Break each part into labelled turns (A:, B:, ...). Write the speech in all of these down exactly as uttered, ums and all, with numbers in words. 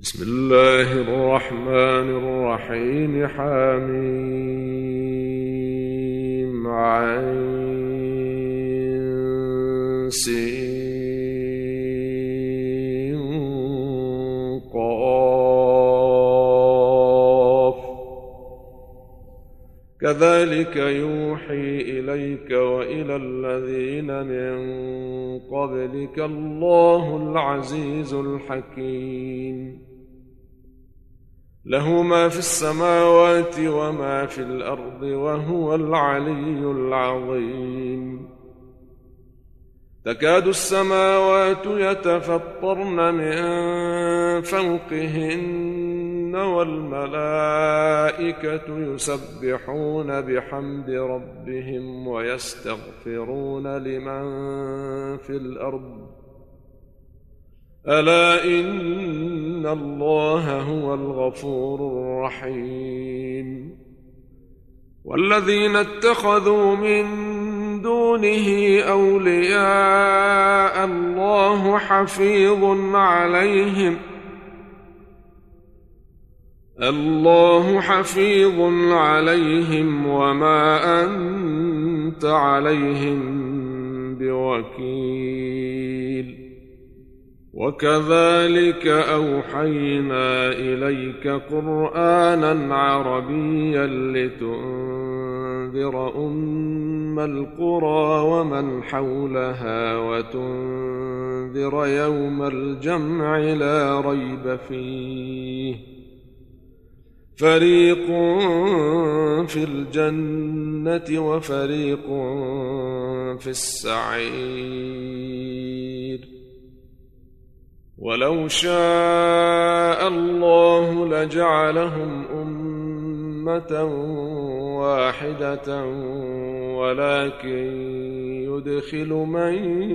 A: بسم الله الرحمن الرحيم. حميم عين سين قاف. كذلك يوحي إليك وإلى الذين من قبلك الله العزيز الحكيم. له ما في السماوات وما في الأرض وهو العلي العظيم. تكاد السماوات يتفطرن من فوقهن والملائكة يسبحون بحمد ربهم ويستغفرون لمن في الأرض ألا إن الله هو الغفور الرحيم. والذين اتخذوا من دونه أولياء الله حفيظ عليهم الله حفيظ عليهم وما أنت عليهم بوكيل. وكذلك أوحينا إليك قرآنا عربيا لتنذر أم القرى ومن حولها وتنذر يوم الجمع لا ريب فيه فريق في الجنة وفريق في السعير. ولو شاء الله لجعلهم أمة واحدة ولكن يدخل من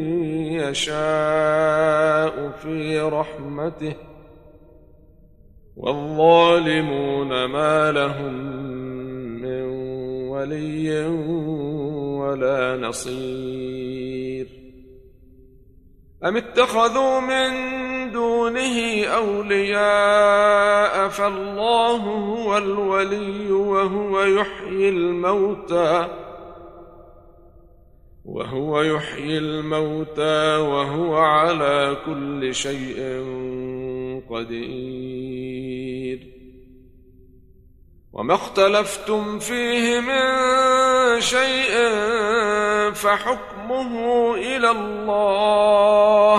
A: يشاء في رحمته والظالمون ما لهم من ولي ولا نصير. أم اتخذوا من دونه أولياء فالله هو الولي وهو يحيي الموتى وهو يحيي الموتى وهو على كل شيء قدير. وما اختلفتم فيه من شيء فحكمه إلى الله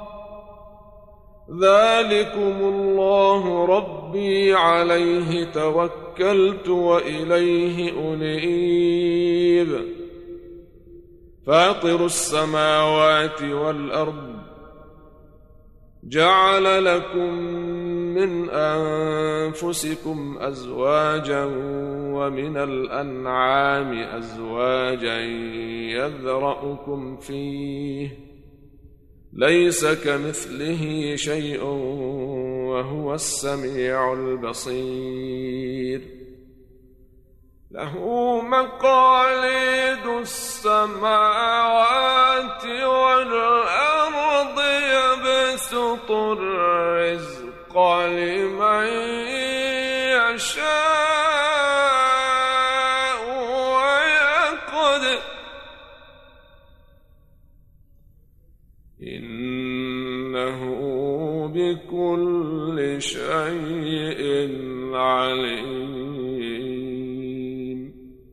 A: ذلكم الله ربي عليه توكلت وإليه أنيب. فاطر السماوات والأرض جعل لكم من أنفسكم أزواجا ومن الأنعام أزواجا يذرأكم فيه ليس كمثله شيء وهو السميع البصير. له مقاليد السماوات والأرض يبسط الرزق لمن يشاء ويقدر إنه بكل شيء عليم.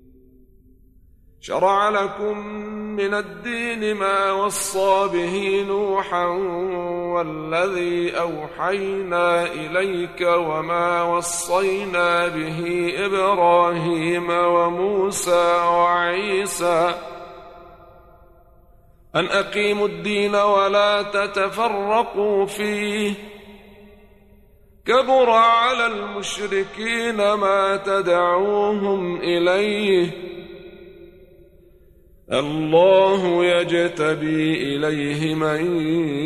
A: شرع لكم من الدين ما وصى به نوحا والذي أوحينا إليك وما وصينا به إبراهيم وموسى وعيسى أن أقيموا الدين ولا تتفرقوا فيه كبر على المشركين ما تدعوهم إليه الله يجتبي إليه من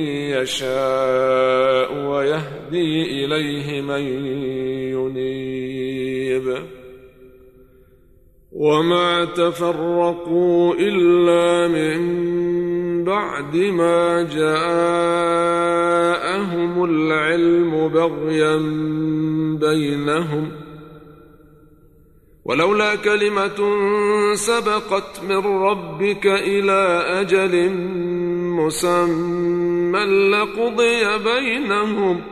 A: يشاء ويهدي إليه من ينيب. وما تفرقوا إلا من بعد ما جاءهم العلم بغيا بينهم ولولا كلمة سبقت من ربك إلى أجل مسمى لقضي بينهم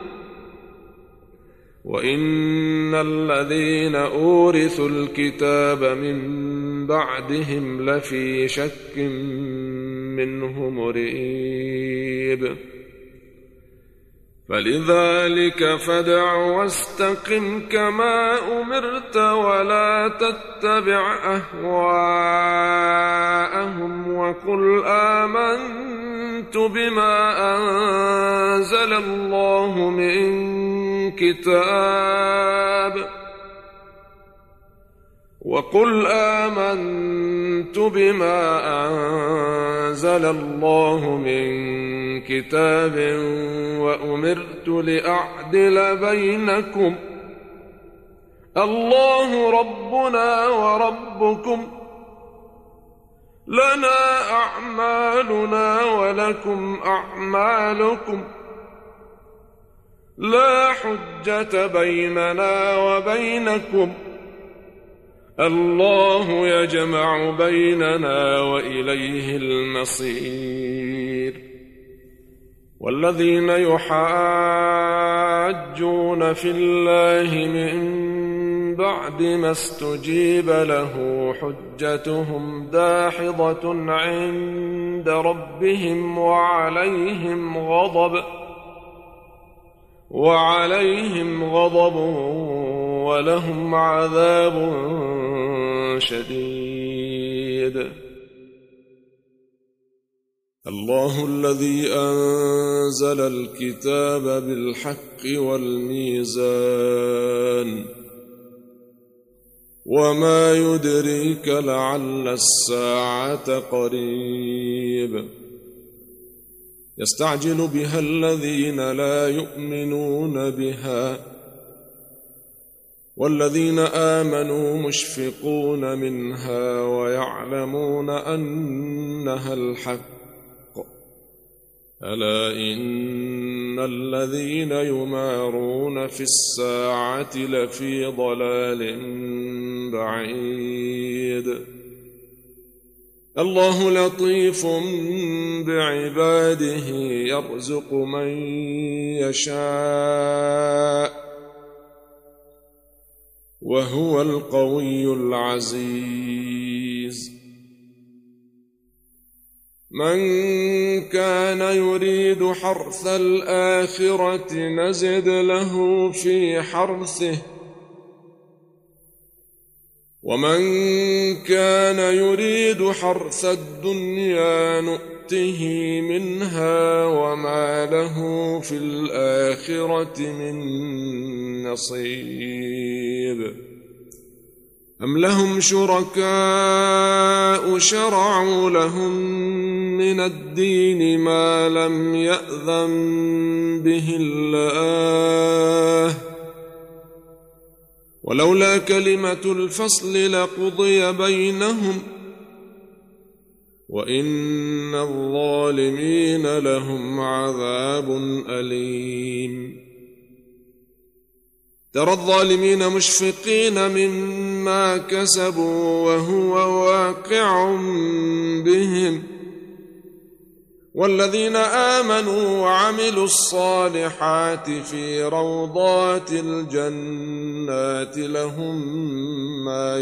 A: وإن الذين أورثوا الكتاب من بعدهم لفي شك منه مريب فلذلك فادع واستقم كما أمرت ولا تتبع أهواءهم وقل آمنت بما أنزل الله من كتاب وقل آمنت بما أنزل الله من كتاب وأمرت لأعدل بينكم الله ربنا وربكم لنا أعمالنا ولكم أعمالكم لا حجة بيننا وبينكم الله يجمع بيننا وإليه المصير والذين يحاجون في الله من بعد ما استجيب له حجتهم داحضة عند ربهم وعليهم غضب وعليهم غضب ولهم عذاب شديد الله الذي أنزل الكتاب بالحق والميزان وما يدريك لعل الساعة قريب يستعجل بها الذين لا يؤمنون بها والذين آمنوا مشفقون منها ويعلمون أنها الحق ألا إن الذين يمارون في الساعة لفي ضلال بعيد الله لطيف بعباده يرزق من يشاء وهو القوي العزيز من كان يريد حرث الآخرة نزد له في حرثه ومن كان يريد حرث الدنيا نؤته منها وما له في الآخرة من نصيب أم لهم شركاء شرعوا لهم من الدين ما لم يأذن به الله ولولا كلمة الفصل لقضي بينهم وإن الظالمين لهم عذاب أليم ترى الظالمين مشفقين مما كسبوا وهو واقع بهم والذين آمنوا وعملوا الصالحات في روضات الجنات لهم ما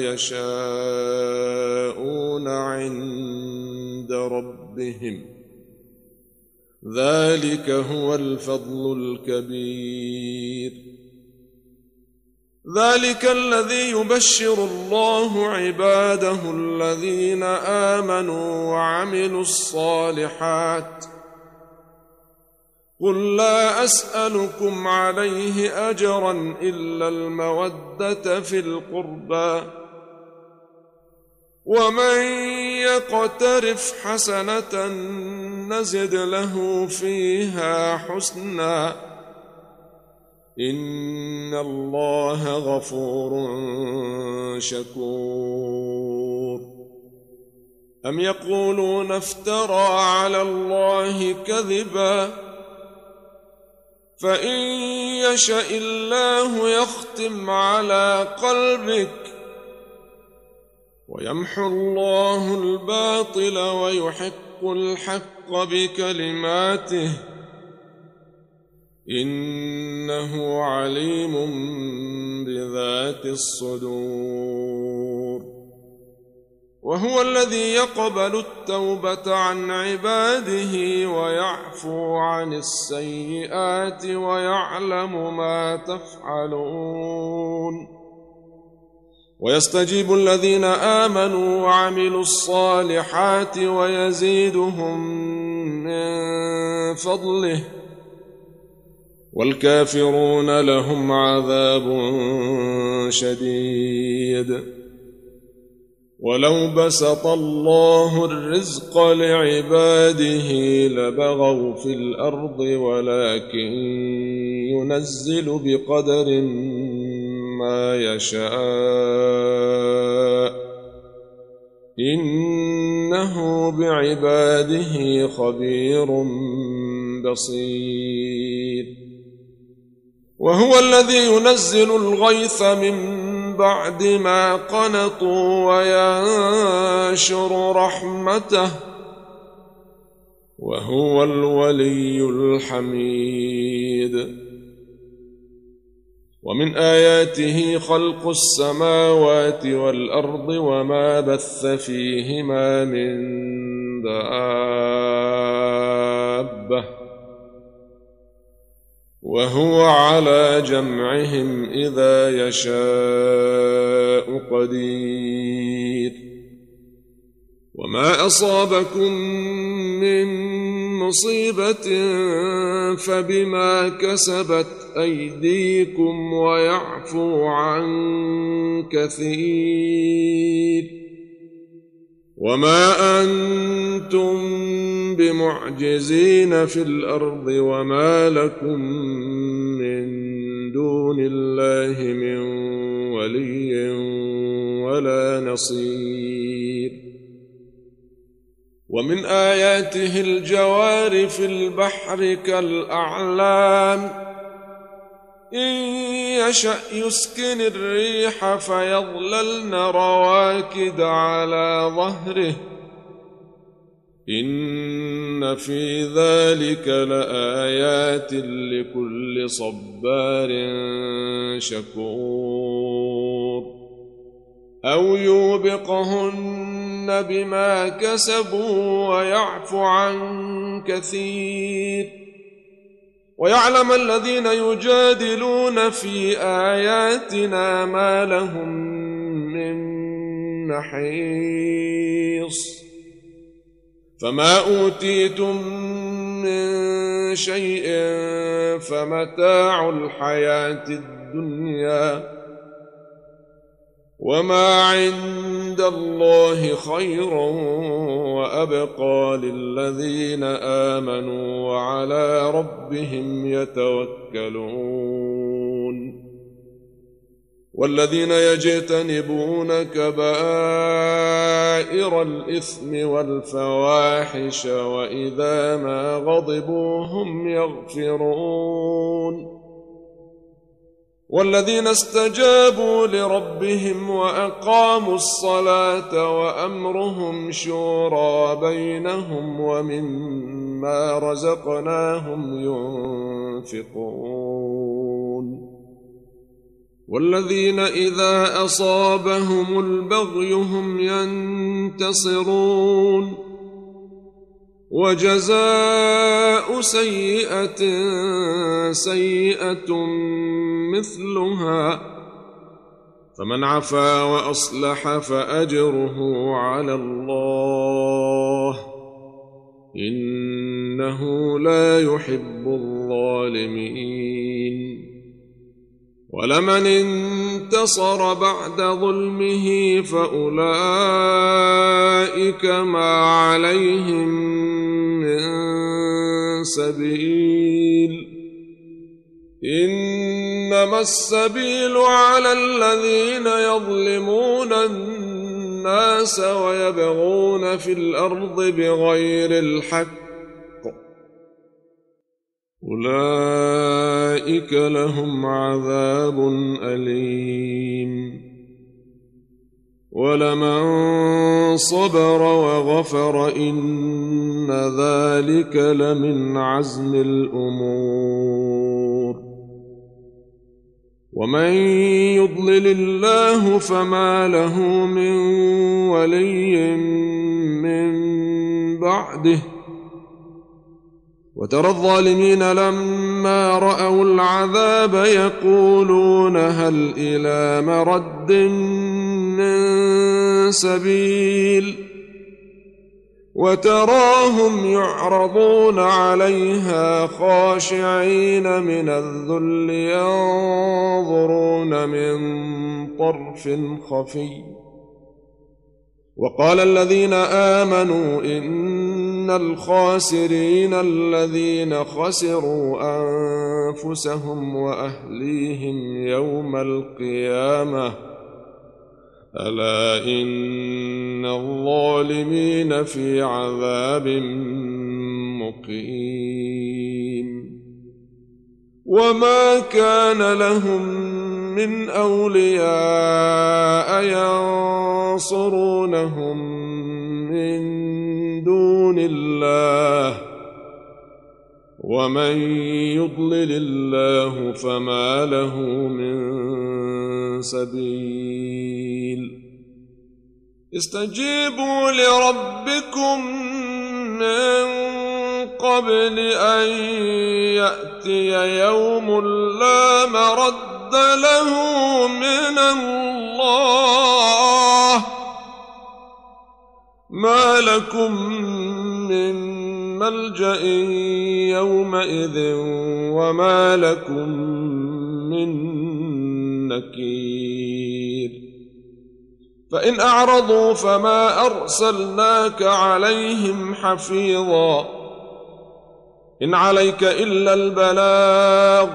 A: يشاءون عند ربهم ذلك هو الفضل الكبير ذلك الذي يبشر الله عباده الذين آمنوا وعملوا الصالحات قل لا أسألكم عليه أجرا إلا المودة في القربى ومن يقترف حسنة نزد له فيها حسنا إن الله غفور شكور. أم يقولون افترى على الله كذبا فإن يشأ الله يختم على قلبك ويمحو الله الباطل ويحق الحق بكلماته إنه عليم بذات الصدور. وهو الذي يقبل التوبة عن عباده ويعفو عن السيئات ويعلم ما تفعلون. ويستجيب الذين آمنوا وعملوا الصالحات ويزيدهم من فضله والكافرون لهم عذاب شديد. ولو بسط الله الرزق لعباده لبغوا في الأرض ولكن ينزل بقدر ما يشاء إنه بعباده خبير بصير. وهو الذي ينزل الغيث من بعد ما قنطوا وينشر رحمته وهو الولي الحميد. ومن آياته خلق السماوات والأرض وما بث فيهما من دابة وهو على جمعهم إذا يشاء قدير. وما أصابكم من مصيبة فبما كسبت أيديكم ويعفو عن كثير. وما أنتم بمعجزين في الأرض وما لكم من دون الله من ولي ولا نصير. ومن آياته الجوار في البحر كالأعلام إن يشأ يسكن الريح فيظللن رواكد على ظهره إن في ذلك لآيات لكل صبار شكور. أو يوبقهن بما كسبوا ويعفو عن كثير. ويعلم الذين يجادلون في آياتنا ما لهم من محيص. فما أوتيتم من شيء فمتاع الحياة الدنيا وما عند الله خير وأبقى للذين آمنوا وعلى ربهم يتوكلون. والذين يجتنبون كبائر الإثم والفواحش وإذا ما غضبوا هم يغفرون. والذين استجابوا لربهم وأقاموا الصلاة وأمرهم شورى بينهم ومما رزقناهم ينفقون. والذين إذا أصابهم البغي هم ينتصرون. وجزاء سيئة سيئة مثلها فمن عفا وأصلح فأجره على الله إنه لا يحب الظالمين. ولمن انتصر بعد ظلمه فأولئك ما عليهم من سبيل إن إنما السبيل على الذين يظلمون الناس ويبغون في الأرض بغير الحق أولئك لهم عذاب أليم ولمن صبر وغفر إن ذلك لمن عزم الأمور ومن يضلل الله فما له من ولي من بعده وترى الظالمين لما رأوا العذاب يقولون هل إلى مرد من سبيل وتراهم يعرضون عليها خاشعين من الذل ينظرون من طرف خفي وقال الذين آمنوا إن الخاسرين الذين خسروا أنفسهم وأهليهم يوم القيامة ألا إن الظالمين في عذاب مقيم وما كان لهم من أولياء ينصرونهم من دون الله ومن يضلل الله فما له من سبيل استجيبوا لربكم من قبل أن يأتي يوم لا مرد له من الله ما لكم من ملجأ يومئذ وما لكم من نكير فإن أعرضوا فما أرسلناك عليهم حفيظا إن عليك إلا البلاغ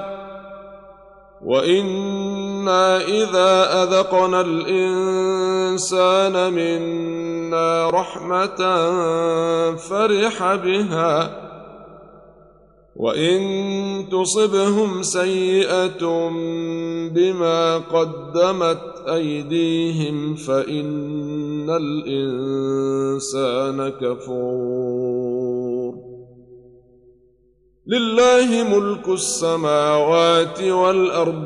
A: وإنا إذا أذقنا الإنسان منا رحمة فرح بها وإن تصبهم سيئة بما قدمت أيديهم فإن الإنسان كفور لله ملك السماوات والأرض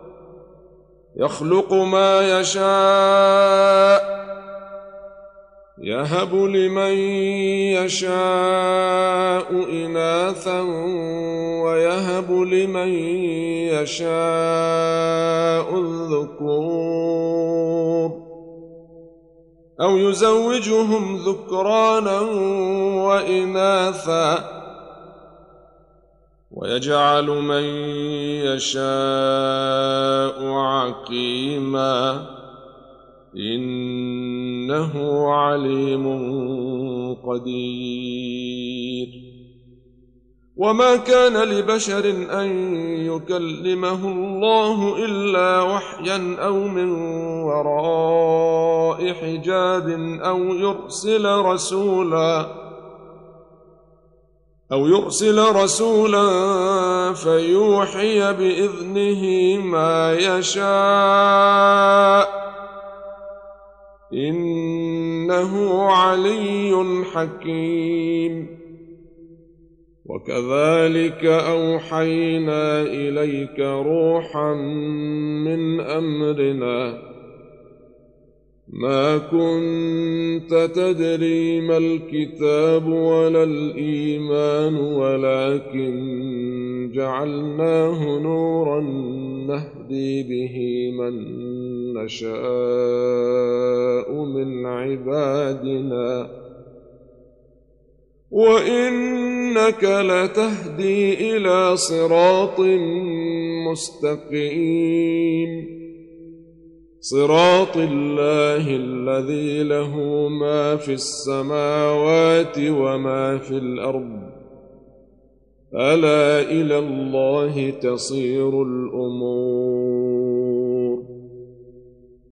A: يخلق ما يشاء يهب لمن يشاء إناثا ويهب لمن يشاء الذكور أو يزوجهم ذكرانا وإناثا ويجعل من يشاء عقيما إنه عليم قدير وما كان لبشر أن يكلمه الله إلا وحيا أو من وراء حجاب أو يرسل رسولا أو يرسل رسولا فيوحي بإذنه ما يشاء إنه علي حكيم وكذلك أوحينا إليك روحا من أمرنا ما كنت تدري ما الكتاب ولا الإيمان ولكن جعلناه نورا نهدي به من نشاء من عبادنا وإنك لتهدي إلى صراط مستقيم صراط الله الذي له ما في السماوات وما في الأرض ألا إلى الله تصير الأمور.